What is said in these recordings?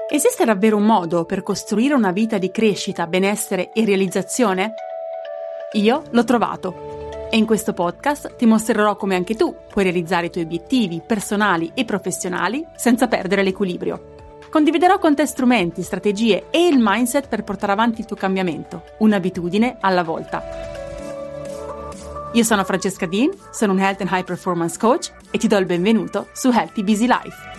Esiste davvero un modo per costruire una vita di crescita, benessere e realizzazione? Io l'ho trovato e in questo podcast ti mostrerò come anche tu puoi realizzare i tuoi obiettivi personali e professionali senza perdere l'equilibrio. Condividerò con te strumenti, strategie e il mindset per portare avanti il tuo cambiamento, un'abitudine alla volta. Io sono Francesca Dean, sono un Health and High Performance Coach e ti do il benvenuto su Healthy Busy Life.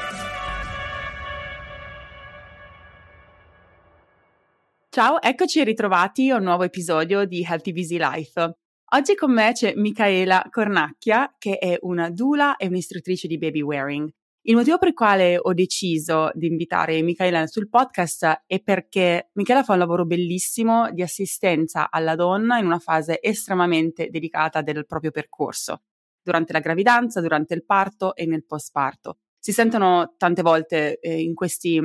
Ciao, eccoci ritrovati a un nuovo episodio di Healthy Busy Life. Oggi con me c'è Micaela Cornacchia, che è una doula e un'istruttrice di baby wearing. Il motivo per il quale ho deciso di invitare Micaela sul podcast è perché Micaela fa un lavoro bellissimo di assistenza alla donna in una fase estremamente delicata del proprio percorso, durante la gravidanza, durante il parto e nel postparto. Si sentono tante volte in questi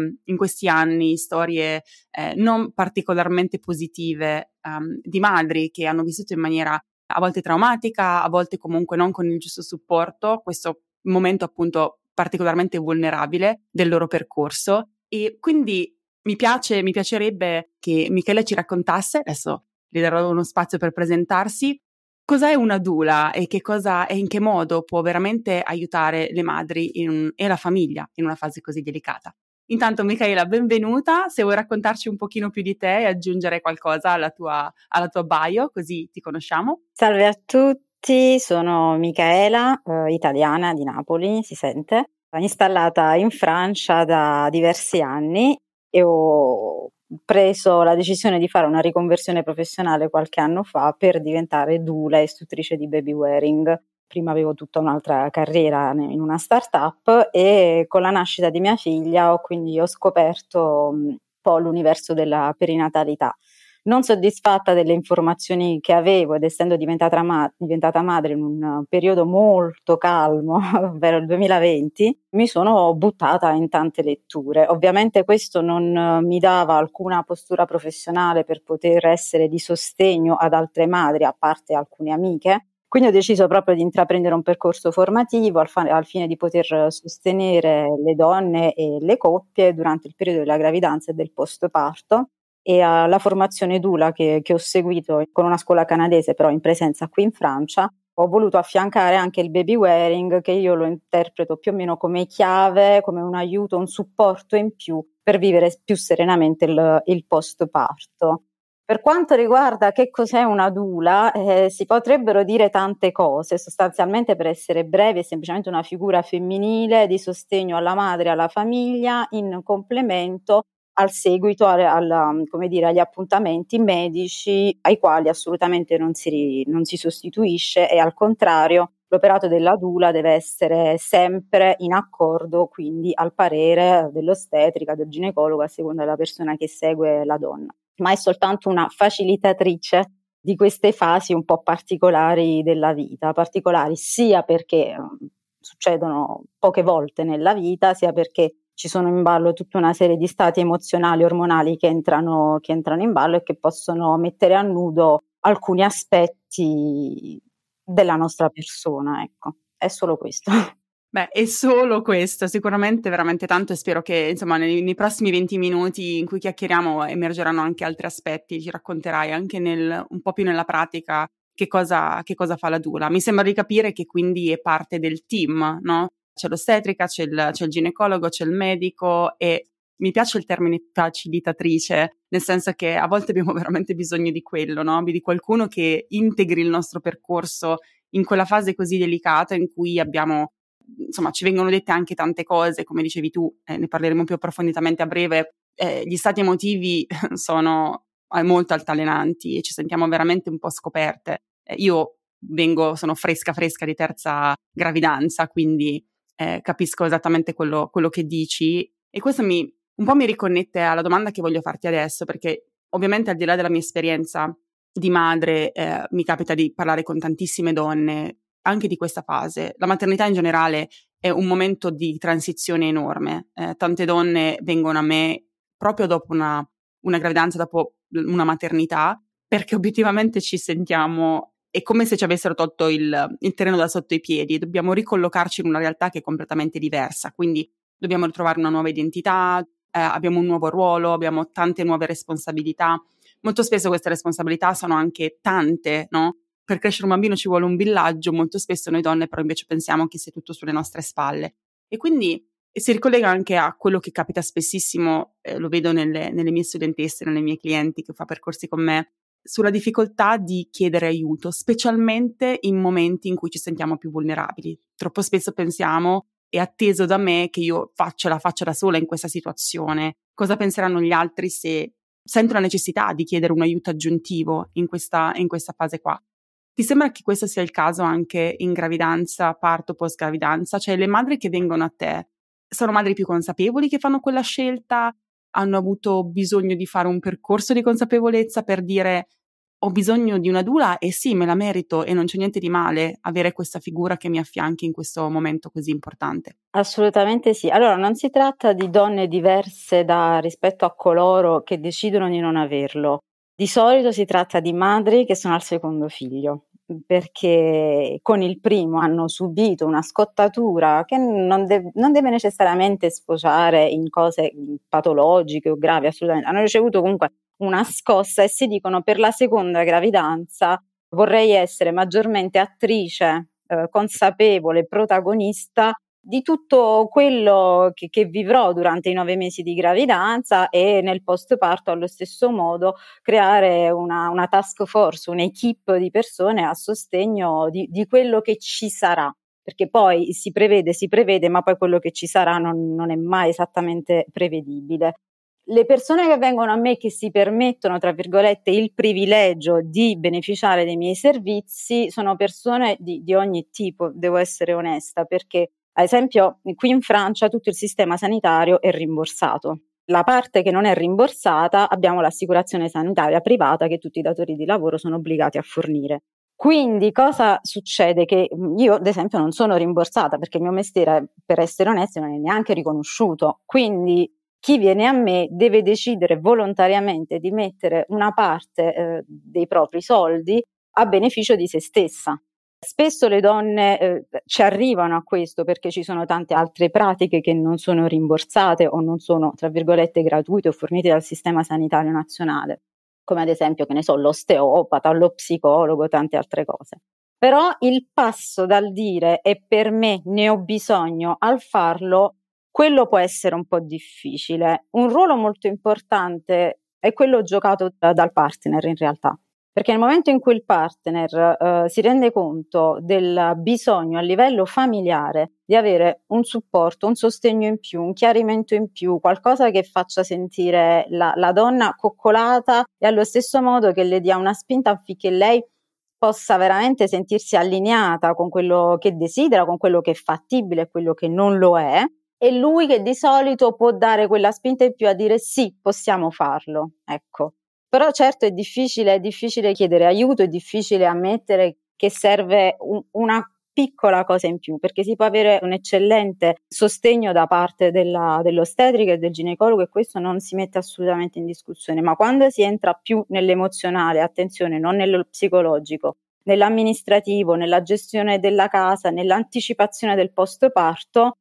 anni storie non particolarmente positive di madri che hanno vissuto in maniera a volte traumatica, a volte comunque non con il giusto supporto, questo momento appunto particolarmente vulnerabile del loro percorso. E quindi mi piacerebbe che Michele ci raccontasse, adesso gli darò uno spazio per presentarsi, cosa è una doula e che cosa e in che modo può veramente aiutare le madri e la famiglia in una fase così delicata. Intanto Micaela, benvenuta, se vuoi raccontarci un pochino più di te e aggiungere qualcosa alla tua bio, così ti conosciamo. Salve a tutti, sono Micaela, italiana di Napoli, si sente, installata in Francia da diversi anni e ho preso la decisione di fare una riconversione professionale qualche anno fa per diventare doula e istruttrice di baby wearing. Prima avevo tutta un'altra carriera in una startup e con la nascita di mia figlia ho scoperto un po' l'universo della perinatalità. Non soddisfatta delle informazioni che avevo ed essendo diventata madre in un periodo molto calmo, ovvero il 2020, mi sono buttata in tante letture. Ovviamente questo non mi dava alcuna postura professionale per poter essere di sostegno ad altre madri, a parte alcune amiche. Quindi ho deciso proprio di intraprendere un percorso formativo al fine di poter sostenere le donne e le coppie durante il periodo della gravidanza e del postparto. E alla formazione doula che ho seguito con una scuola canadese, però in presenza qui in Francia, ho voluto affiancare anche il baby wearing, che io lo interpreto più o meno come chiave, come un aiuto, un supporto in più per vivere più serenamente il postparto. Per quanto riguarda che cos'è una doula, si potrebbero dire tante cose. Sostanzialmente, per essere breve, è semplicemente una figura femminile di sostegno alla madre e alla famiglia in complemento al seguito agli appuntamenti medici ai quali assolutamente non si sostituisce e al contrario l'operato della doula deve essere sempre in accordo quindi al parere dell'ostetrica, del ginecologo a seconda della persona che segue la donna, ma è soltanto una facilitatrice di queste fasi un po' particolari della vita, particolari sia perché succedono poche volte nella vita, sia perché ci sono in ballo tutta una serie di stati emozionali, ormonali che entrano in ballo e che possono mettere a nudo alcuni aspetti della nostra persona, ecco. È solo questo. Beh, è solo questo, sicuramente veramente tanto e spero che insomma nei prossimi 20 minuti in cui chiacchieriamo emergeranno anche altri aspetti, ci racconterai anche un po' più nella pratica che cosa fa la doula. Mi sembra di capire che quindi è parte del team, no? C'è l'ostetrica, c'è il ginecologo, c'è il medico e mi piace il termine facilitatrice, nel senso che a volte abbiamo veramente bisogno di quello, no? Di qualcuno che integri il nostro percorso in quella fase così delicata in cui insomma, ci vengono dette anche tante cose, come dicevi tu, ne parleremo più approfonditamente a breve. Gli stati emotivi sono molto altalenanti e ci sentiamo veramente un po' scoperte. Io sono fresca di terza gravidanza, quindi capisco esattamente quello che dici e questo un po' mi riconnette alla domanda che voglio farti adesso, perché ovviamente al di là della mia esperienza di madre mi capita di parlare con tantissime donne anche di questa fase. La maternità in generale è un momento di transizione enorme. Tante donne vengono a me proprio dopo una gravidanza, dopo una maternità, perché obiettivamente ci sentiamo, è come se ci avessero tolto il terreno da sotto i piedi, dobbiamo ricollocarci in una realtà che è completamente diversa, quindi dobbiamo ritrovare una nuova identità, abbiamo un nuovo ruolo, abbiamo tante nuove responsabilità. Molto spesso queste responsabilità sono anche tante, no? Per crescere un bambino ci vuole un villaggio, molto spesso noi donne però invece pensiamo che sia tutto sulle nostre spalle. E quindi si ricollega anche a quello che capita spessissimo, lo vedo nelle mie studentesse, nelle mie clienti che fa percorsi con me, sulla difficoltà di chiedere aiuto, specialmente in momenti in cui ci sentiamo più vulnerabili. Troppo spesso pensiamo: è atteso da me che io la faccia da sola in questa situazione. Cosa penseranno gli altri se sento la necessità di chiedere un aiuto aggiuntivo in questa fase qua? Ti sembra che questo sia il caso anche in gravidanza, parto, post-gravidanza? Cioè le madri che vengono a te sono madri più consapevoli che fanno quella scelta? Hanno avuto bisogno di fare un percorso di consapevolezza per dire: ho bisogno di una doula e sì, me la merito e non c'è niente di male avere questa figura che mi affianchi in questo momento così importante? Assolutamente sì. Allora, non si tratta di donne diverse rispetto a coloro che decidono di non averlo. Di solito si tratta di madri che sono al secondo figlio, perché con il primo hanno subito una scottatura che non deve necessariamente sfociare in cose patologiche o gravi, assolutamente. Hanno ricevuto comunque una scossa e si dicono: per la seconda gravidanza vorrei essere maggiormente attrice, consapevole, protagonista di tutto quello che vivrò durante i 9 mesi di gravidanza, e nel postparto allo stesso modo creare una task force, un'equipe di persone a sostegno di quello che ci sarà, perché poi si prevede, ma poi quello che ci sarà non è mai esattamente prevedibile. Le persone che vengono a me, che si permettono, tra virgolette, il privilegio di beneficiare dei miei servizi, sono persone di ogni tipo, devo essere onesta, perché ad esempio qui in Francia tutto il sistema sanitario è rimborsato. La parte che non è rimborsata abbiamo l'assicurazione sanitaria privata che tutti i datori di lavoro sono obbligati a fornire. Quindi cosa succede? Che io ad esempio non sono rimborsata perché il mio mestiere, per essere onesti, non è neanche riconosciuto. Quindi chi viene a me deve decidere volontariamente di mettere una parte dei propri soldi a beneficio di se stessa. Spesso le donne ci arrivano a questo perché ci sono tante altre pratiche che non sono rimborsate o non sono, tra virgolette, gratuite o fornite dal sistema sanitario nazionale, come ad esempio, che ne so, l'osteopata, lo psicologo, tante altre cose. Però il passo dal dire "e per me ne ho bisogno" al farlo, quello può essere un po' difficile. Un ruolo molto importante è quello giocato dal partner, in realtà. Perché nel momento in cui il partner si rende conto del bisogno a livello familiare di avere un supporto, un sostegno in più, un chiarimento in più, qualcosa che faccia sentire la donna coccolata e allo stesso modo che le dia una spinta affinché lei possa veramente sentirsi allineata con quello che desidera, con quello che è fattibile e quello che non lo è lui che di solito può dare quella spinta in più a dire sì, possiamo farlo, ecco. Però certo è difficile chiedere aiuto, è difficile ammettere che serve una piccola cosa in più, perché si può avere un eccellente sostegno da parte dell'ostetrica e del ginecologo, e questo non si mette assolutamente in discussione, ma quando si entra più nell'emozionale, attenzione, non nello psicologico, nell'amministrativo, nella gestione della casa, nell'anticipazione del postparto,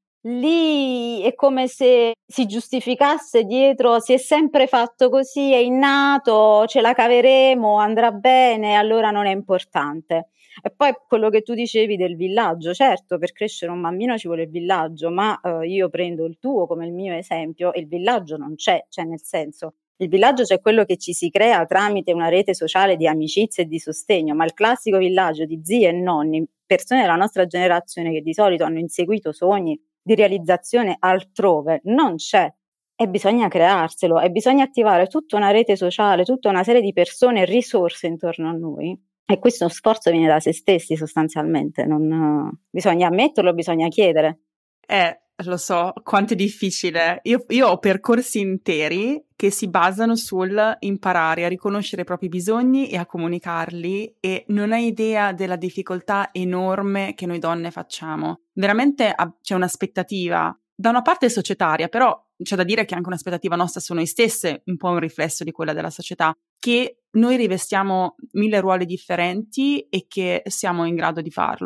lì è come se si giustificasse dietro: si è sempre fatto così, è innato, ce la caveremo, andrà bene, allora non è importante. E poi quello che tu dicevi del villaggio, certo, per crescere un bambino ci vuole il villaggio, ma io prendo il tuo come il mio esempio e il villaggio non c'è, cioè nel senso, il villaggio c'è quello che ci si crea tramite una rete sociale di amicizia e di sostegno, ma il classico villaggio di zii e nonni, persone della nostra generazione che di solito hanno inseguito sogni di realizzazione altrove, non c'è, e bisogna crearselo, e bisogna attivare tutta una rete sociale, tutta una serie di persone e risorse intorno a noi, e questo sforzo viene da se stessi sostanzialmente, bisogna ammetterlo, bisogna chiedere. Lo so, quanto è difficile. Io ho percorsi interi che si basano sul imparare a riconoscere i propri bisogni e a comunicarli, e non hai idea della difficoltà enorme che noi donne facciamo. Veramente c'è un'aspettativa, da una parte societaria, però c'è da dire che anche un'aspettativa nostra su noi stesse, un po' un riflesso di quella della società, che noi rivestiamo 1000 ruoli differenti e che siamo in grado di farlo.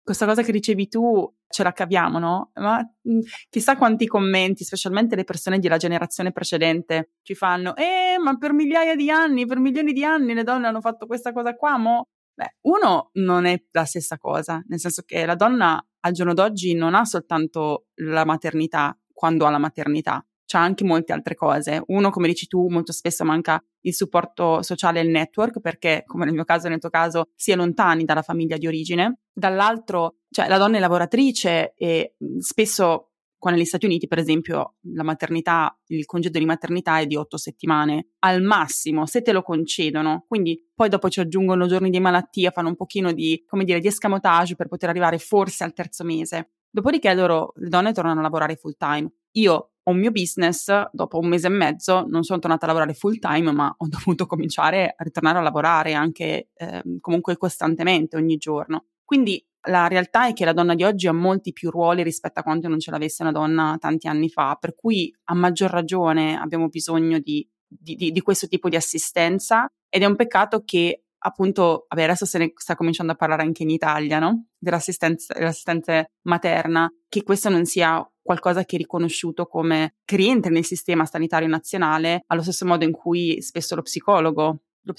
questa cosa che dicevi tu ce la caviamo, no? Ma chissà quanti commenti, specialmente le persone della generazione precedente, ci fanno ma per migliaia di anni, per milioni di anni le donne hanno fatto questa cosa qua, mo? Beh, uno non è la stessa cosa, nel senso che la donna al giorno d'oggi non ha soltanto la maternità quando ha la maternità, c'ha anche molte altre cose. Uno, come dici tu, molto spesso manca il supporto sociale e il network, perché, come nel mio caso e nel tuo caso, si è lontani dalla famiglia di origine. Dall'altro, cioè, la donna è lavoratrice e spesso, qua negli Stati Uniti, per esempio, la maternità, il congedo di maternità è di 8 settimane, al massimo, se te lo concedono. Quindi poi dopo ci aggiungono giorni di malattia, fanno un pochino di, come dire, di escamotage per poter arrivare forse al terzo mese. Dopodiché le donne tornano a lavorare full time. Io ho un mio business, dopo un mese e mezzo non sono tornata a lavorare full time, ma ho dovuto cominciare a ritornare a lavorare anche comunque costantemente ogni giorno. Quindi la realtà è che la donna di oggi ha molti più ruoli rispetto a quanto non ce l'avesse una donna tanti anni fa, per cui a maggior ragione abbiamo bisogno di questo tipo di assistenza, ed è un peccato che appunto, adesso se ne sta cominciando a parlare anche in Italia, no? Dell'assistente materna, che questo non sia qualcosa che è riconosciuto come che rientra nel sistema sanitario nazionale, allo stesso modo in cui spesso lo psicologo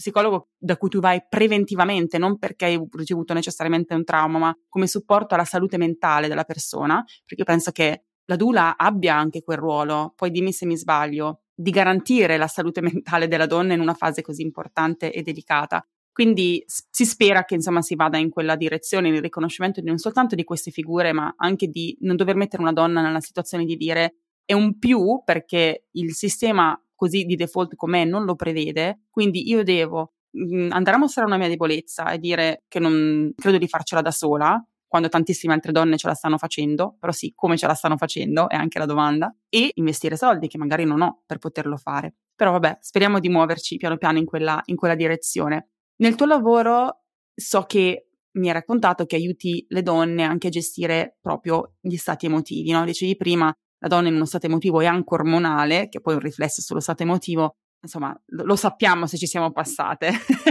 da cui tu vai preventivamente, non perché hai ricevuto necessariamente un trauma, ma come supporto alla salute mentale della persona, perché io penso che la doula abbia anche quel ruolo, poi dimmi se mi sbaglio, di garantire la salute mentale della donna in una fase così importante e delicata. Quindi si spera che insomma si vada in quella direzione, nel riconoscimento non soltanto di queste figure, ma anche di non dover mettere una donna nella situazione di dire è un più, perché il sistema così di default com'è non lo prevede, quindi io devo andare a mostrare una mia debolezza e dire che non credo di farcela da sola, quando tantissime altre donne ce la stanno facendo, però sì, come ce la stanno facendo è anche la domanda, e investire soldi che magari non ho per poterlo fare. Però vabbè, speriamo di muoverci piano piano in quella direzione. Nel tuo lavoro so che mi hai raccontato che aiuti le donne anche a gestire proprio gli stati emotivi, no? Dicevi prima, la donna in uno stato emotivo è anche ormonale, che poi è un riflesso sullo stato emotivo, insomma, lo sappiamo se ci siamo passate.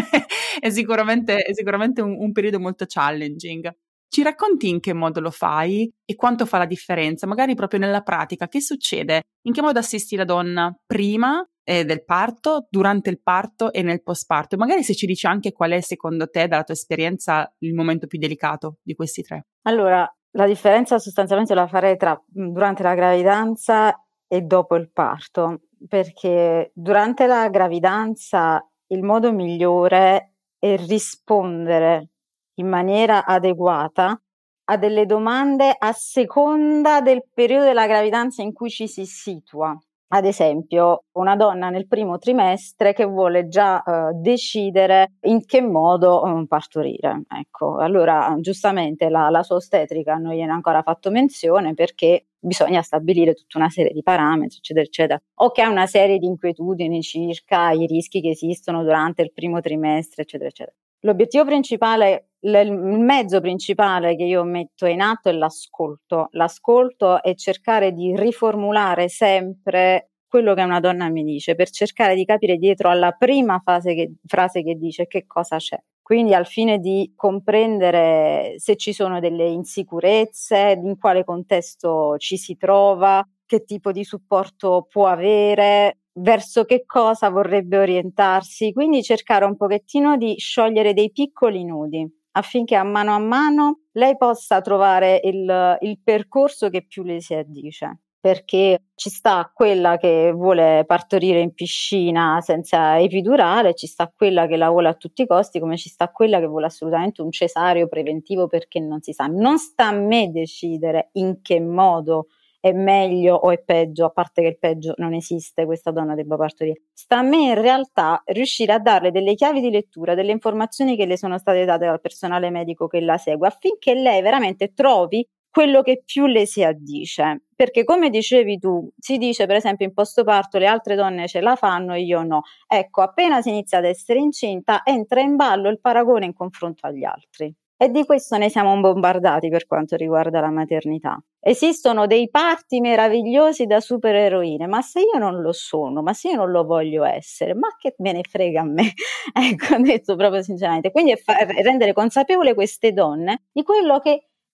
È sicuramente un periodo molto challenging. Ci racconti in che modo lo fai e quanto fa la differenza, magari proprio nella pratica? Che succede? In che modo assisti la donna prima del parto, durante il parto e nel postparto? Magari se ci dici anche qual è secondo te, dalla tua esperienza, il momento più delicato di questi 3. Allora, la differenza sostanzialmente la farei tra durante la gravidanza e dopo il parto, perché durante la gravidanza il modo migliore è rispondere in maniera adeguata a delle domande a seconda del periodo della gravidanza in cui ci si situa. Ad esempio, una donna nel primo trimestre che vuole già decidere in che modo partorire. Ecco, allora giustamente la sua ostetrica non gliene ha ancora fatto menzione, perché bisogna stabilire tutta una serie di parametri, eccetera, eccetera. O che ha una serie di inquietudini circa i rischi che esistono durante il primo trimestre, eccetera, eccetera. L'obiettivo principale, il mezzo principale che io metto in atto è l'ascolto. L'ascolto è cercare di riformulare sempre quello che una donna mi dice, per cercare di capire dietro alla prima frase che dice che cosa c'è. Quindi al fine di comprendere se ci sono delle insicurezze, in quale contesto ci si trova, che tipo di supporto può avere, verso che cosa vorrebbe orientarsi, quindi cercare un pochettino di sciogliere dei piccoli nodi affinché a mano lei possa trovare il percorso che più le si addice. Perché ci sta quella che vuole partorire in piscina senza epidurale, ci sta quella che la vuole a tutti i costi, come ci sta quella che vuole assolutamente un cesareo preventivo, perché non si sa. Non sta a me decidere in che modo è meglio o è peggio, a parte che il peggio non esiste, questa donna debba partorire. Sta a me in realtà riuscire a darle delle chiavi di lettura, delle informazioni che le sono state date dal personale medico che la segue, affinché lei veramente trovi quello che più le si addice. Perché come dicevi tu, si dice per esempio in postoparto le altre donne ce la fanno, io no. Ecco, appena si inizia ad essere incinta entra in ballo il paragone in confronto agli altri. E di questo ne siamo bombardati per quanto riguarda la maternità. Esistono dei parti meravigliosi da supereroine, ma se io non lo sono, ma se io non lo voglio essere, ma che me ne frega a me? Ecco, detto proprio sinceramente. Quindi è rendere consapevole queste donne di quello che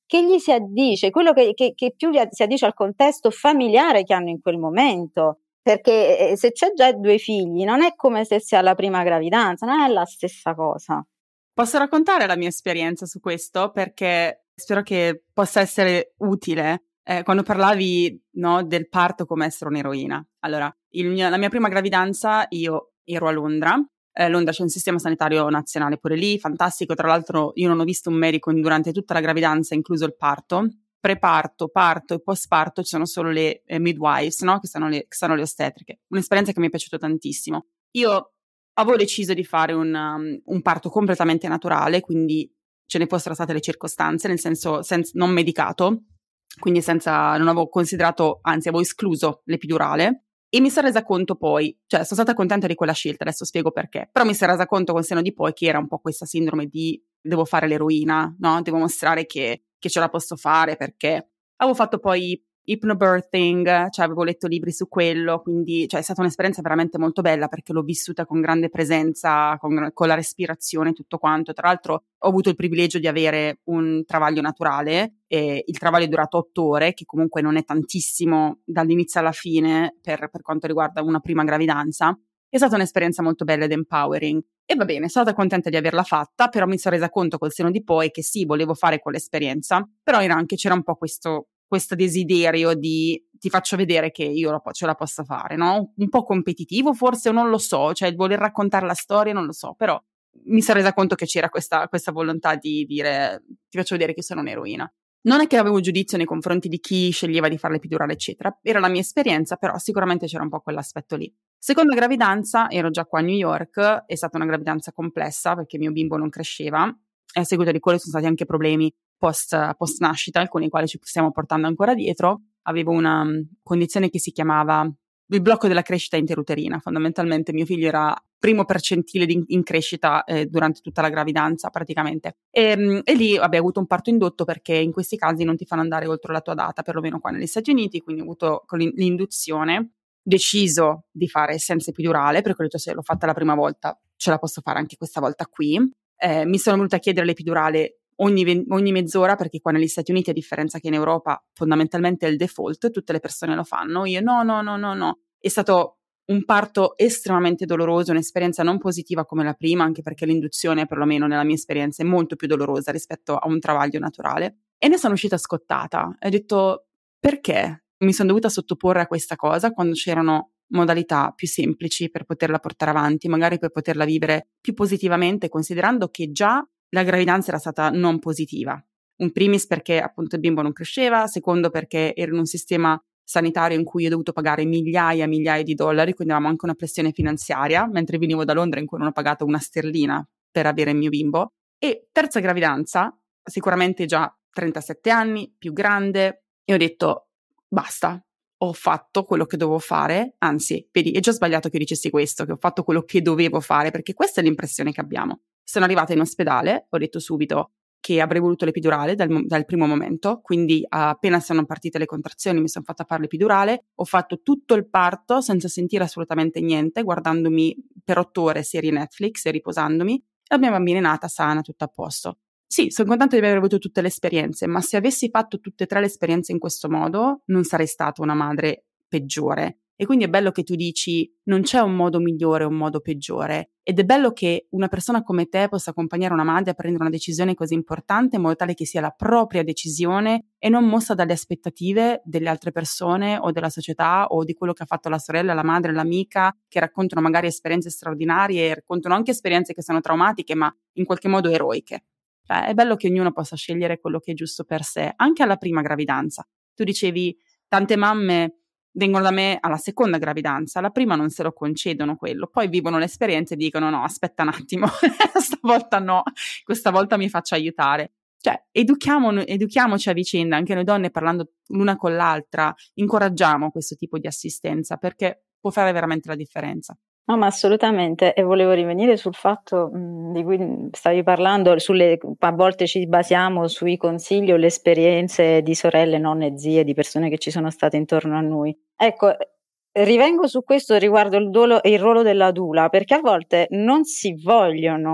che gli si addice, quello che più si addice al contesto familiare che hanno in quel momento. Perché se c'è già 2 figli, non è come se si ha la prima gravidanza, non è la stessa cosa. Posso raccontare la mia esperienza su questo? Perché spero che possa essere utile. Quando parlavi, no, del parto come essere un'eroina. Allora, la mia prima gravidanza io ero a Londra. Londra c'è un sistema sanitario nazionale pure lì, fantastico. Tra l'altro io non ho visto un medico durante tutta la gravidanza, incluso il parto. Preparto, parto e postparto ci sono solo le midwives, no? Che sono le ostetriche. Un'esperienza che mi è piaciuta tantissimo. Io avevo deciso di fare un parto completamente naturale, quindi ce ne fossero state le circostanze, nel senso non medicato, quindi non avevo considerato, anzi avevo escluso l'epidurale. E mi sono resa conto poi, cioè sono stata contenta di quella scelta, adesso spiego perché, però mi sono resa conto col senno di poi che era un po' questa sindrome di devo fare l'eroina, no? Devo mostrare che ce la posso fare, perché avevo fatto poi hypnobirthing, cioè avevo letto libri su quello, quindi cioè, è stata un'esperienza veramente molto bella perché l'ho vissuta con grande presenza, con la respirazione e tutto quanto. Tra l'altro ho avuto il privilegio di avere un travaglio naturale, e il travaglio è durato 8 ore, che comunque non è tantissimo dall'inizio alla fine per quanto riguarda una prima gravidanza. È stata un'esperienza molto bella ed empowering. E va bene, sono stata contenta di averla fatta, però mi sono resa conto col senno di poi che sì, volevo fare quell'esperienza, però c'era un po' questo desiderio di ti faccio vedere che io ce la posso fare, no? Un po' competitivo forse, o non lo so, cioè il voler raccontare la storia, non lo so, però mi sono resa conto che c'era questa volontà di dire ti faccio vedere che sono un'eroina. Non è che avevo giudizio nei confronti di chi sceglieva di fare l'epidurale, eccetera, era la mia esperienza, però sicuramente c'era un po' quell'aspetto lì. Seconda gravidanza, ero già qua a New York, è stata una gravidanza complessa perché mio bimbo non cresceva e a seguito di quello sono stati anche problemi post nascita, alcuni quali ci stiamo portando ancora dietro. Avevo una condizione che si chiamava il blocco della crescita interuterina. Fondamentalmente mio figlio era primo percentile in crescita durante tutta la gravidanza praticamente. E lì ho avuto un parto indotto perché in questi casi non ti fanno andare oltre la tua data, perlomeno qua negli Stati Uniti, quindi ho avuto con l'induzione, deciso di fare senza epidurale perché ho detto se l'ho fatta la prima volta ce la posso fare anche questa volta qui. Mi sono venuta a chiedere l'epidurale ogni mezz'ora perché qua negli Stati Uniti, a differenza che in Europa fondamentalmente è il default, tutte le persone lo fanno. Io no. È stato un parto estremamente doloroso, un'esperienza non positiva come la prima, anche perché l'induzione, perlomeno nella mia esperienza, è molto più dolorosa rispetto a un travaglio naturale. E ne sono uscita scottata e ho detto perché mi sono dovuta sottoporre a questa cosa quando c'erano modalità più semplici per poterla portare avanti, magari per poterla vivere più positivamente, considerando che già la gravidanza era stata non positiva. In primis perché appunto il bimbo non cresceva, secondo perché ero in un sistema sanitario in cui ho dovuto pagare migliaia e migliaia di dollari, quindi avevamo anche una pressione finanziaria, mentre venivo da Londra in cui non ho pagato una sterlina per avere il mio bimbo. E terza gravidanza, sicuramente già 37 anni, più grande, e ho detto basta, ho fatto quello che dovevo fare, anzi, vedi, è già sbagliato che io dicessi questo, che ho fatto quello che dovevo fare, perché questa è l'impressione che abbiamo. Sono arrivata in ospedale, ho detto subito che avrei voluto l'epidurale dal primo momento, quindi appena sono partite le contrazioni mi sono fatta fare l'epidurale, ho fatto tutto il parto senza sentire assolutamente niente, guardandomi per 8 ore serie Netflix e riposandomi, e la mia bambina è nata sana, tutto a posto. Sì, sono contenta di aver avuto tutte le esperienze, ma se avessi fatto tutte e 3 le esperienze in questo modo, non sarei stata una madre peggiore. E quindi è bello che tu dici non c'è un modo migliore o un modo peggiore, ed è bello che una persona come te possa accompagnare una madre a prendere una decisione così importante in modo tale che sia la propria decisione e non mossa dalle aspettative delle altre persone o della società o di quello che ha fatto la sorella, la madre, l'amica, che raccontano magari esperienze straordinarie, raccontano anche esperienze che sono traumatiche ma in qualche modo eroiche. Cioè, è bello che ognuno possa scegliere quello che è giusto per sé, anche alla prima gravidanza. Tu dicevi, tante mamme vengono da me alla seconda gravidanza, alla prima non se lo concedono quello, poi vivono l'esperienza e dicono no, aspetta un attimo, stavolta no, questa volta mi faccio aiutare. Cioè, educhiamoci a vicenda, anche noi donne parlando l'una con l'altra, incoraggiamo questo tipo di assistenza perché può fare veramente la differenza. No, ma assolutamente, e volevo rivenire sul fatto di cui stavi parlando, a volte ci basiamo sui consigli o le esperienze di sorelle, nonne, zie, di persone che ci sono state intorno a noi. Ecco, rivengo su questo riguardo il ruolo della doula, perché a volte non si vogliono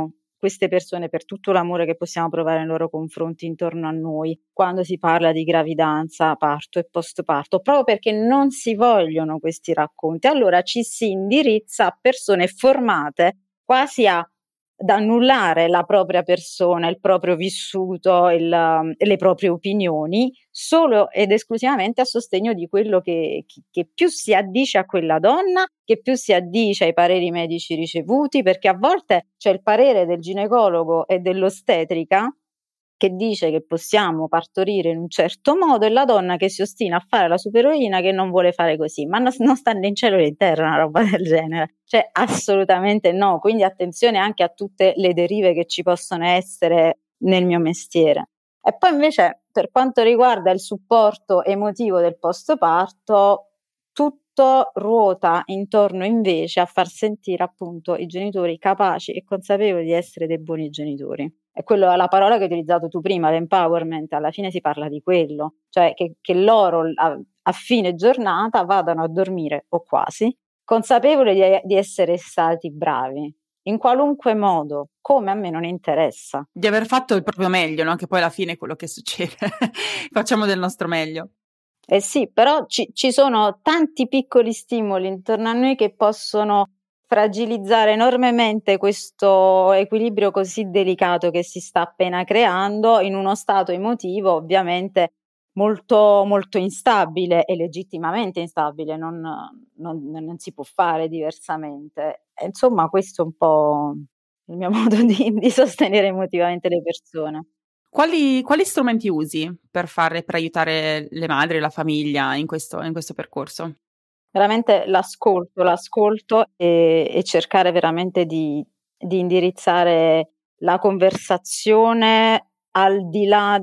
queste persone per tutto l'amore che possiamo provare nei loro confronti intorno a noi, quando si parla di gravidanza, parto e postparto, proprio perché non si vogliono questi racconti. Allora ci si indirizza a persone formate quasi ad annullare la propria persona, il proprio vissuto, le proprie opinioni, solo ed esclusivamente a sostegno di quello che più si addice a quella donna, che più si addice ai pareri medici ricevuti, perché a volte c'è il parere del ginecologo e dell'ostetrica che dice che possiamo partorire in un certo modo e la donna che si ostina a fare la supereroina che non vuole fare così, ma non sta né in cielo né in terra una roba del genere, cioè assolutamente no, quindi attenzione anche a tutte le derive che ci possono essere nel mio mestiere. E poi invece per quanto riguarda il supporto emotivo del postparto, tutto ruota intorno invece a far sentire appunto i genitori capaci e consapevoli di essere dei buoni genitori. E quello è la parola che hai utilizzato tu prima, l'empowerment, alla fine si parla di quello, cioè che loro a fine giornata vadano a dormire o quasi, consapevoli di essere stati bravi, in qualunque modo, come a me non interessa. Di aver fatto il proprio meglio, no? Che poi alla fine è quello che succede, facciamo del nostro meglio. Eh sì, però ci sono tanti piccoli stimoli intorno a noi che possono fragilizzare enormemente questo equilibrio così delicato che si sta appena creando in uno stato emotivo ovviamente molto, molto instabile e legittimamente instabile, non si può fare diversamente. E insomma, questo è un po' il mio modo di sostenere emotivamente le persone. Quali strumenti usi per aiutare le madri e la famiglia in questo percorso? Veramente l'ascolto e cercare veramente di indirizzare la conversazione al di là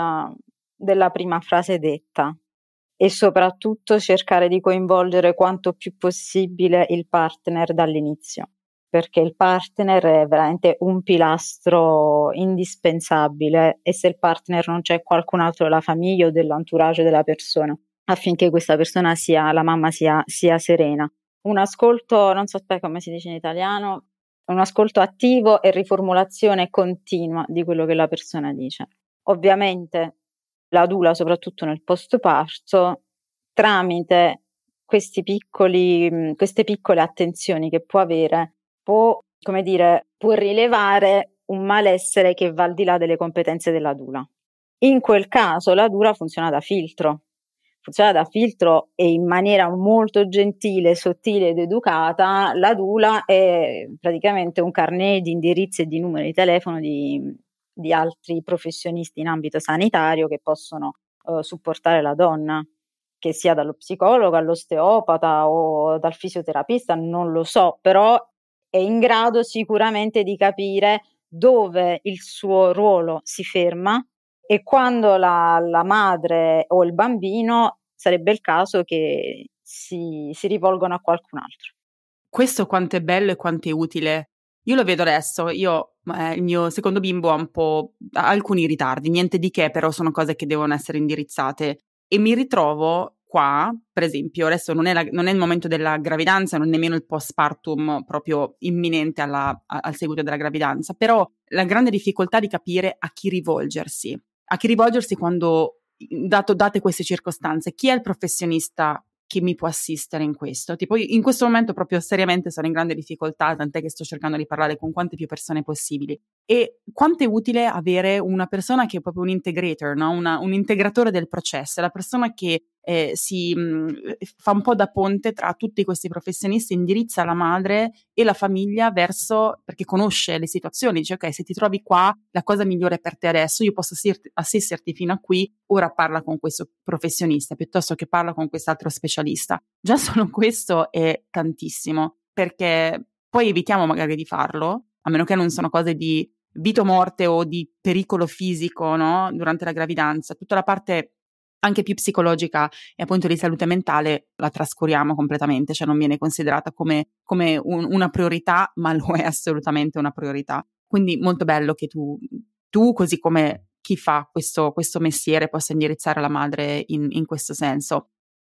della prima frase detta e soprattutto cercare di coinvolgere quanto più possibile il partner dall'inizio, perché il partner è veramente un pilastro indispensabile e se il partner non c'è, qualcun altro della famiglia o dell'entourage della persona affinché questa persona la mamma sia serena. Un ascolto, non so come si dice in italiano, un ascolto attivo e riformulazione continua di quello che la persona dice. Ovviamente la doula, soprattutto nel postparto, tramite queste piccole attenzioni che può avere, può rilevare un malessere che va al di là delle competenze della doula. In quel caso la doula funziona da filtro e in maniera molto gentile, sottile ed educata la doula è praticamente un carnet di indirizzi e di numeri di telefono di altri professionisti in ambito sanitario che possono supportare la donna, che sia dallo psicologo all'osteopata o dal fisioterapista, non lo so, però è in grado sicuramente di capire dove il suo ruolo si ferma e quando la madre o il bambino sarebbe il caso che si rivolgono a qualcun altro. Questo quanto è bello e quanto è utile. Io lo vedo adesso, il mio secondo bimbo ha alcuni ritardi, niente di che, però sono cose che devono essere indirizzate e mi ritrovo qua, per esempio, adesso non è il momento della gravidanza, non nemmeno il postpartum proprio imminente al seguito della gravidanza, però la grande difficoltà di capire a chi rivolgersi quando, date queste circostanze, chi è il professionista che mi può assistere in questo. Tipo, in questo momento proprio seriamente sono in grande difficoltà, tant'è che sto cercando di parlare con quante più persone possibili. E quanto è utile avere una persona che è proprio un integrator, no? Un integratore del processo, la persona che fa un po' da ponte tra tutti questi professionisti, indirizza la madre e la famiglia perché conosce le situazioni, dice ok, se ti trovi qua, la cosa migliore per te adesso, io posso assisterti fino a qui, ora parla con questo professionista piuttosto che parla con quest'altro specialista. Già solo questo è tantissimo, perché poi evitiamo magari di farlo, a meno che non sono cose di vita o morte o di pericolo fisico, no? Durante la gravidanza, tutta la parte anche più psicologica e appunto di salute mentale la trascuriamo completamente, cioè non viene considerata come una priorità, ma lo è assolutamente una priorità. Quindi molto bello che tu così come chi fa questo mestiere possa indirizzare la madre in questo senso. Ti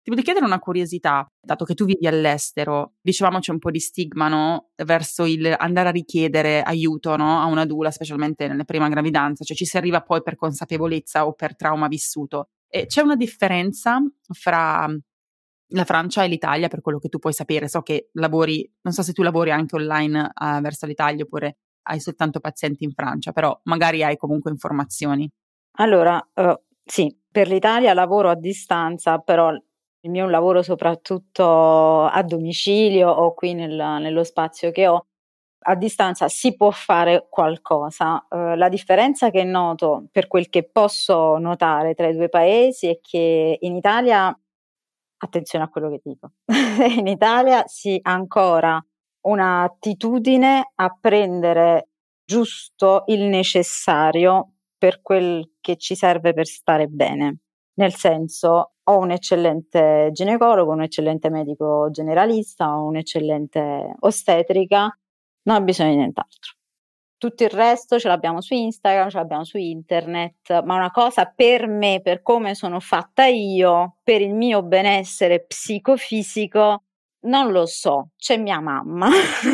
voglio chiedere una curiosità, dato che tu vivi all'estero, dicevamo c'è un po' di stigma, no? Verso il andare a richiedere aiuto, no? A una doula, specialmente nella prima gravidanza, cioè ci si arriva poi per consapevolezza o per trauma vissuto. E c'è una differenza fra la Francia e l'Italia, per quello che tu puoi sapere? So che lavori, non so se tu lavori anche online verso l'Italia oppure hai soltanto pazienti in Francia, però magari hai comunque informazioni. Allora, sì, per l'Italia lavoro a distanza, però il mio lavoro soprattutto a domicilio o qui nello spazio che ho, a distanza si può fare qualcosa. La differenza che noto, per quel che posso notare tra i due paesi, è che in Italia, attenzione a quello che dico, in Italia si ha ancora un'attitudine a prendere giusto il necessario per quel che ci serve per stare bene. Nel senso, ho un eccellente ginecologo, un eccellente medico generalista, ho un'eccellente ostetrica, non ho bisogno di nient'altro. Tutto il resto ce l'abbiamo su Instagram, ce l'abbiamo su internet, ma una cosa per me, per come sono fatta io, per il mio benessere psicofisico, non lo so, c'è mia mamma.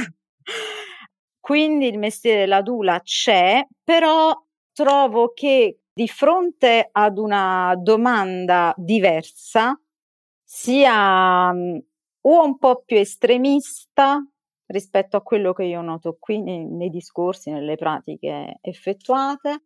Quindi il mestiere della doula c'è, però trovo che di fronte ad una domanda diversa sia o un po' più estremista rispetto a quello che io noto qui nei discorsi, nelle pratiche effettuate,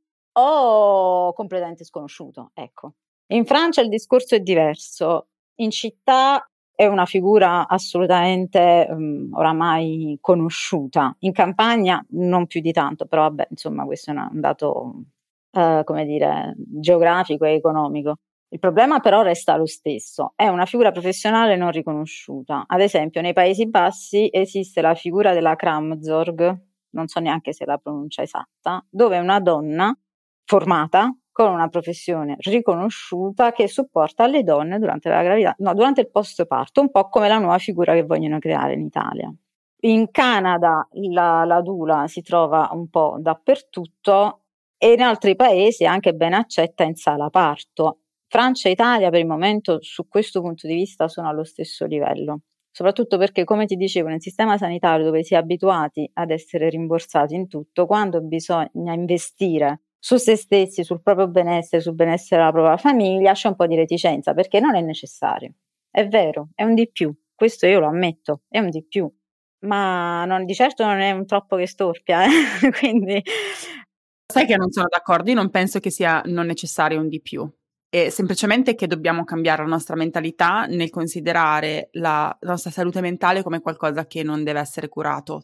o completamente sconosciuto, ecco. In Francia il discorso è diverso. In città è una figura assolutamente oramai conosciuta. In campagna non più di tanto, però vabbè, insomma, questo è un dato, come dire, geografico e economico. Il problema però resta lo stesso, è una figura professionale non riconosciuta. Ad esempio, nei Paesi Bassi esiste la figura della Kramzorg, non so neanche se è la pronuncia esatta, dove è una donna formata con una professione riconosciuta che supporta le donne durante la gravidanza, no, durante il postparto, un po' come la nuova figura che vogliono creare in Italia. In Canada la doula si trova un po' dappertutto e in altri paesi è anche ben accetta in sala parto. Francia e Italia per il momento su questo punto di vista sono allo stesso livello, soprattutto perché, come ti dicevo, nel sistema sanitario dove si è abituati ad essere rimborsati in tutto, quando bisogna investire su se stessi, sul proprio benessere, sul benessere della propria famiglia, c'è un po' di reticenza perché non è necessario. È vero, è un di più, questo io lo ammetto, è un di più, ma di certo non è un troppo che storpia, quindi... Sai che non sono d'accordo, io non penso che sia non necessario un di più. È semplicemente che dobbiamo cambiare la nostra mentalità nel considerare la nostra salute mentale come qualcosa che non deve essere curato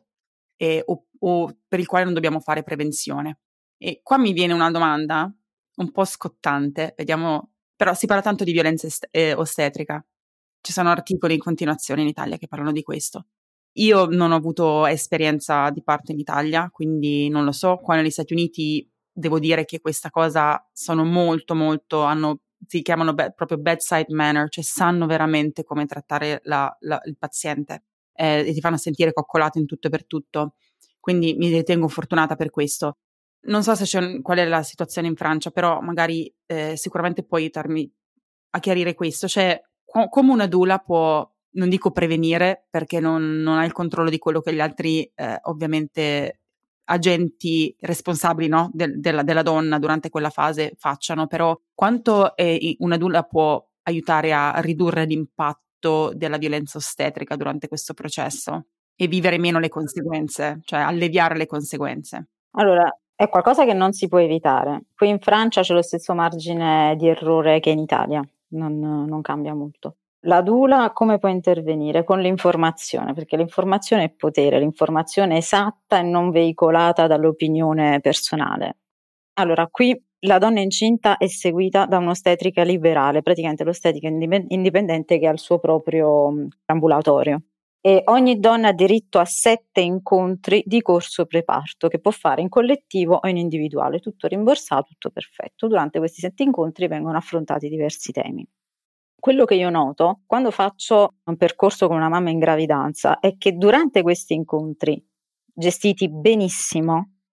o per il quale non dobbiamo fare prevenzione. E qua mi viene una domanda un po' scottante, vediamo, però si parla tanto di violenza ostetrica. Ci sono articoli in continuazione in Italia che parlano di questo. Io non ho avuto esperienza di parto in Italia, quindi non lo so. Qua negli Stati Uniti devo dire che questa cosa sono molto, si chiamano proprio bedside manner, cioè sanno veramente come trattare il paziente e ti fanno sentire coccolato in tutto e per tutto. Quindi mi ritengo fortunata per questo. Non so se qual è la situazione in Francia, però magari sicuramente puoi aiutarmi a chiarire questo. Cioè, come una doula può, non dico prevenire, perché non ha il controllo di quello che gli altri, ovviamente, agenti responsabili, no, della donna durante quella fase facciano, però quanto una doula può aiutare a ridurre l'impatto della violenza ostetrica durante questo processo e vivere meno le conseguenze, cioè alleviare le conseguenze? Allora, è qualcosa che non si può evitare. Qui in Francia c'è lo stesso margine di errore che in Italia, non cambia molto. La doula come può intervenire? Con l'informazione, perché l'informazione è potere, l'informazione esatta e non veicolata dall'opinione personale. Allora, qui la donna incinta è seguita da un'ostetrica liberale, praticamente l'ostetrica indipendente che ha il suo proprio ambulatorio. E ogni donna ha diritto a 7 incontri di corso preparto che può fare in collettivo o in individuale, tutto rimborsato, tutto perfetto. Durante questi 7 incontri vengono affrontati diversi temi. Quello che io noto quando faccio un percorso con una mamma in gravidanza è che durante questi incontri, gestiti benissimo,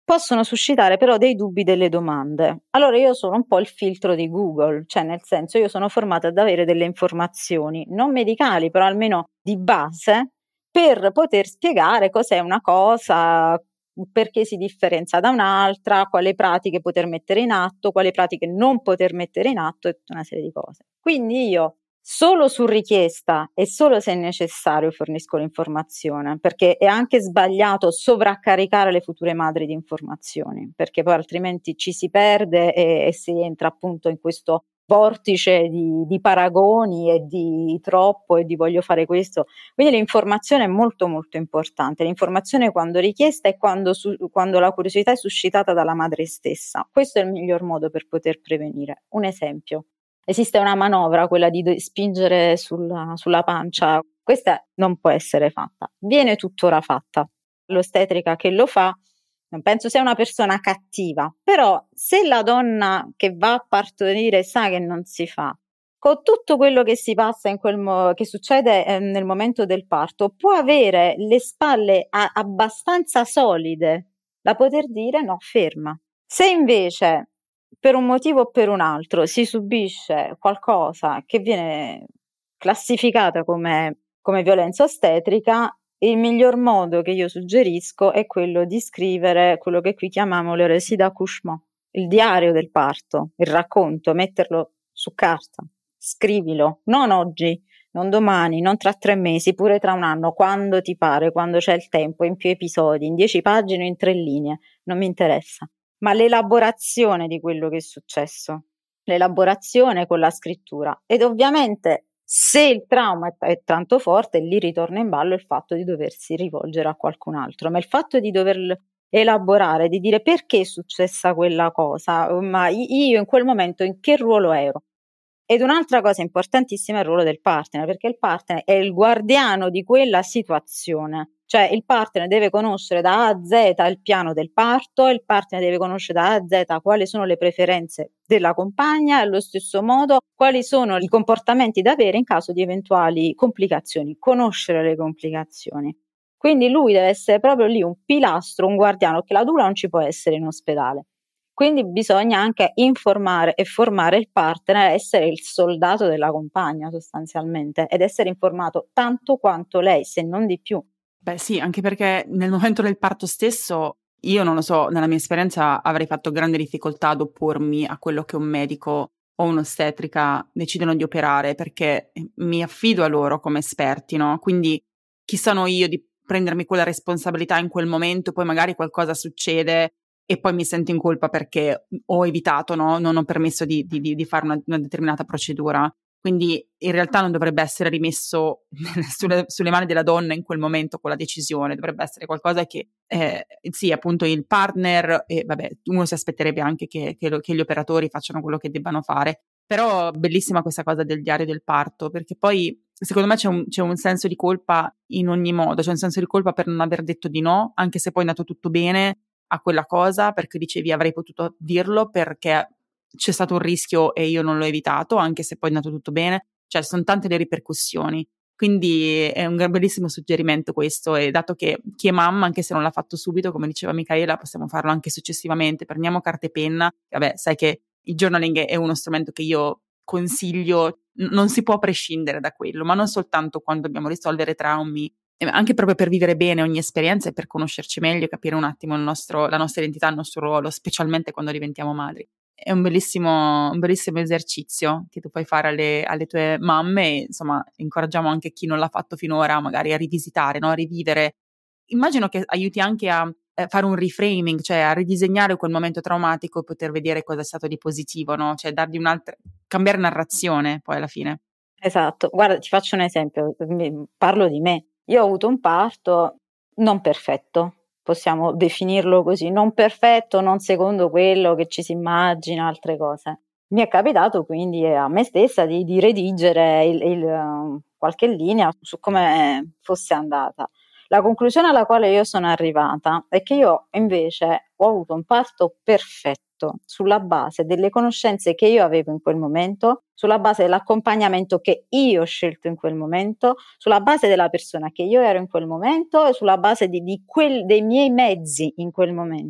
possono suscitare però dei dubbi, delle domande. Allora io sono un po' il filtro di Google, cioè nel senso io sono formata ad avere delle informazioni non medicali, però almeno di base, per poter spiegare cos'è una cosa, perché si differenzia da un'altra, quali pratiche poter mettere in atto, quali pratiche non poter mettere in atto e tutta una serie di cose. Quindi io solo su richiesta e solo se è necessario fornisco l'informazione, perché è anche sbagliato sovraccaricare le future madri di informazioni, perché poi altrimenti ci si perde e si entra appunto in questo vortice di paragoni e di troppo e di voglio fare questo. Quindi l'informazione è molto molto importante, l'informazione quando richiesta e quando la curiosità è suscitata dalla madre stessa. Questo è il miglior modo per poter prevenire. Un esempio. Esiste una manovra, quella di spingere sulla pancia, questa non può essere fatta, viene tuttora fatta. L'ostetrica che lo fa, non penso sia una persona cattiva, però se la donna che va a partorire sa che non si fa, con tutto quello che si passa che succede nel momento del parto, può avere le spalle abbastanza solide da poter dire no, ferma. Se invece per un motivo o per un altro si subisce qualcosa che viene classificata come violenza ostetrica, il miglior modo che io suggerisco è quello di scrivere quello che qui chiamiamo le récit d'accouchement, il diario del parto, il racconto, metterlo su carta, scrivilo, non oggi, non domani, non tra 3 mesi, pure tra un anno, quando ti pare, quando c'è il tempo, in più episodi, in 10 pagine o in 3 linee, non mi interessa. Ma l'elaborazione di quello che è successo, l'elaborazione con la scrittura. Ed ovviamente se il trauma è tanto forte, lì ritorna in ballo il fatto di doversi rivolgere a qualcun altro, ma il fatto di dover elaborare, di dire perché è successa quella cosa, ma io in quel momento in che ruolo ero. Ed un'altra cosa importantissima è il ruolo del partner, perché il partner è il guardiano di quella situazione. Cioè il partner deve conoscere da A a Z il piano del parto, il partner deve conoscere da A a Z quali sono le preferenze della compagna e allo stesso modo quali sono i comportamenti da avere in caso di eventuali complicazioni, conoscere le complicazioni. Quindi lui deve essere proprio lì un pilastro, un guardiano, che la doula non ci può essere in ospedale. Quindi bisogna anche informare e formare il partner a essere il soldato della compagna sostanzialmente ed essere informato tanto quanto lei, se non di più. Beh sì, anche perché nel momento del parto stesso, io non lo so, nella mia esperienza avrei fatto grande difficoltà ad oppormi a quello che un medico o un'ostetrica decidono di operare, perché mi affido a loro come esperti, no? Quindi chi sono io di prendermi quella responsabilità in quel momento, poi magari qualcosa succede e poi mi sento in colpa perché ho evitato, no? Non ho permesso di fare una determinata procedura. Quindi in realtà non dovrebbe essere rimesso sulle mani della donna in quel momento quella decisione, dovrebbe essere qualcosa che sì, appunto il partner, e vabbè, uno si aspetterebbe anche che gli operatori facciano quello che debbano fare. Però bellissima questa cosa del diario del parto, perché poi secondo me c'è un senso di colpa in ogni modo, c'è un senso di colpa per non aver detto di no, anche se poi è andato tutto bene a quella cosa, perché dicevi avrei potuto dirlo perché c'è stato un rischio e io non l'ho evitato, anche se poi è andato tutto bene, cioè sono tante le ripercussioni. Quindi è un bellissimo suggerimento questo, e dato che chi è mamma, anche se non l'ha fatto subito, come diceva Micaela, possiamo farlo anche successivamente. Prendiamo carta e penna, vabbè, sai che il journaling è uno strumento che io consiglio, non si può prescindere da quello, ma non soltanto quando dobbiamo risolvere traumi, anche proprio per vivere bene ogni esperienza e per conoscerci meglio e capire un attimo la nostra identità, il nostro ruolo, specialmente quando diventiamo madri. È un bellissimo esercizio che tu puoi fare alle tue mamme e insomma incoraggiamo anche chi non l'ha fatto finora magari a rivisitare, no? A rivivere. Immagino che aiuti anche a fare un reframing, cioè a ridisegnare quel momento traumatico e poter vedere cosa è stato di positivo, no? Cioè dargli cambiare narrazione poi alla fine. Esatto, guarda, ti faccio un esempio, parlo di me. Io ho avuto un parto non perfetto, possiamo definirlo così, non perfetto, non secondo quello che ci si immagina, altre cose. Mi è capitato quindi a me stessa di redigere qualche linea su come fosse andata. La conclusione alla quale io sono arrivata è che io invece ho avuto un parto perfetto sulla base delle conoscenze che io avevo in quel momento, sulla base dell'accompagnamento che io ho scelto in quel momento, sulla base della persona che io ero in quel momento e sulla base dei miei mezzi in quel momento.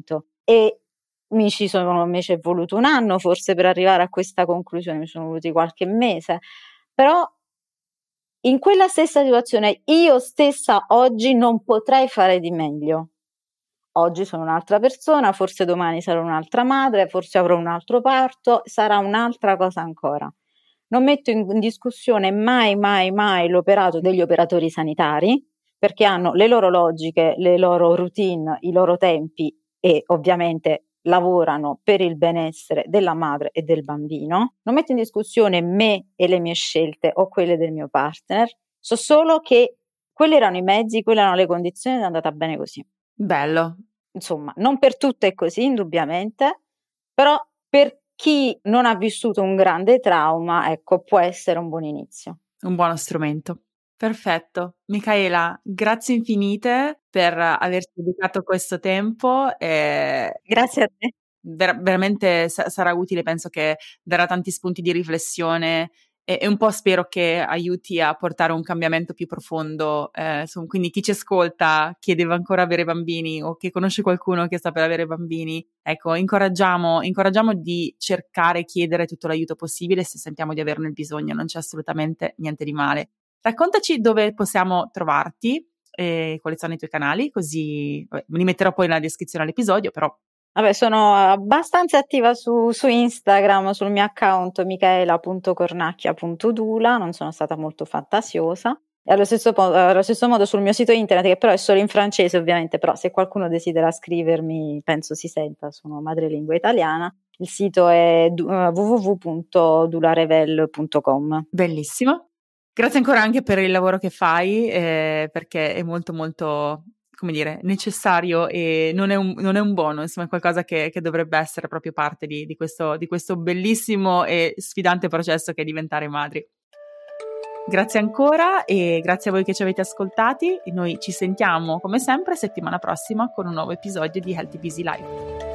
e mi ci è voluto un anno forse per arrivare a questa conclusione, mi sono voluti qualche mese, però in quella stessa situazione io stessa oggi non potrei fare di meglio. Oggi sono un'altra persona, forse domani sarò un'altra madre, forse avrò un altro parto, sarà un'altra cosa ancora. Non metto in discussione mai l'operato degli operatori sanitari, perché hanno le loro logiche, le loro routine, i loro tempi e ovviamente lavorano per il benessere della madre e del bambino. Non metto in discussione me e le mie scelte o quelle del mio partner, so solo che quelli erano i mezzi, quelle erano le condizioni ed è andata bene così. Bello. Insomma, non per tutte è così, indubbiamente, però per chi non ha vissuto un grande trauma, ecco, può essere un buon inizio. Un buono strumento. Perfetto. Micaela, grazie infinite per averci dedicato questo tempo. Grazie a te. Veramente sarà utile, penso che darà tanti spunti di riflessione e un po' spero che aiuti a portare un cambiamento più profondo. Quindi chi ci ascolta, che deve ancora avere bambini o che conosce qualcuno che sta per avere bambini, ecco, incoraggiamo di cercare e chiedere tutto l'aiuto possibile se sentiamo di averne il bisogno, non c'è assolutamente niente di male. Raccontaci dove possiamo trovarti e quali sono i tuoi canali, così li metterò poi nella descrizione all'episodio, però. Vabbè, sono abbastanza attiva su Instagram, sul mio account micaela.cornacchia.dula, non sono stata molto fantasiosa. E allo stesso modo sul mio sito internet, che però è solo in francese ovviamente, però se qualcuno desidera scrivermi, penso si senta, sono madrelingua italiana. Il sito è www.dularevel.com. Bellissimo. Grazie ancora anche per il lavoro che fai, perché è molto molto, come dire, necessario e non è un bonus, insomma è qualcosa che dovrebbe essere proprio parte di questo bellissimo e sfidante processo che è diventare madri. Grazie ancora e grazie a voi che ci avete ascoltati e noi ci sentiamo come sempre settimana prossima con un nuovo episodio di Healthy Busy Life.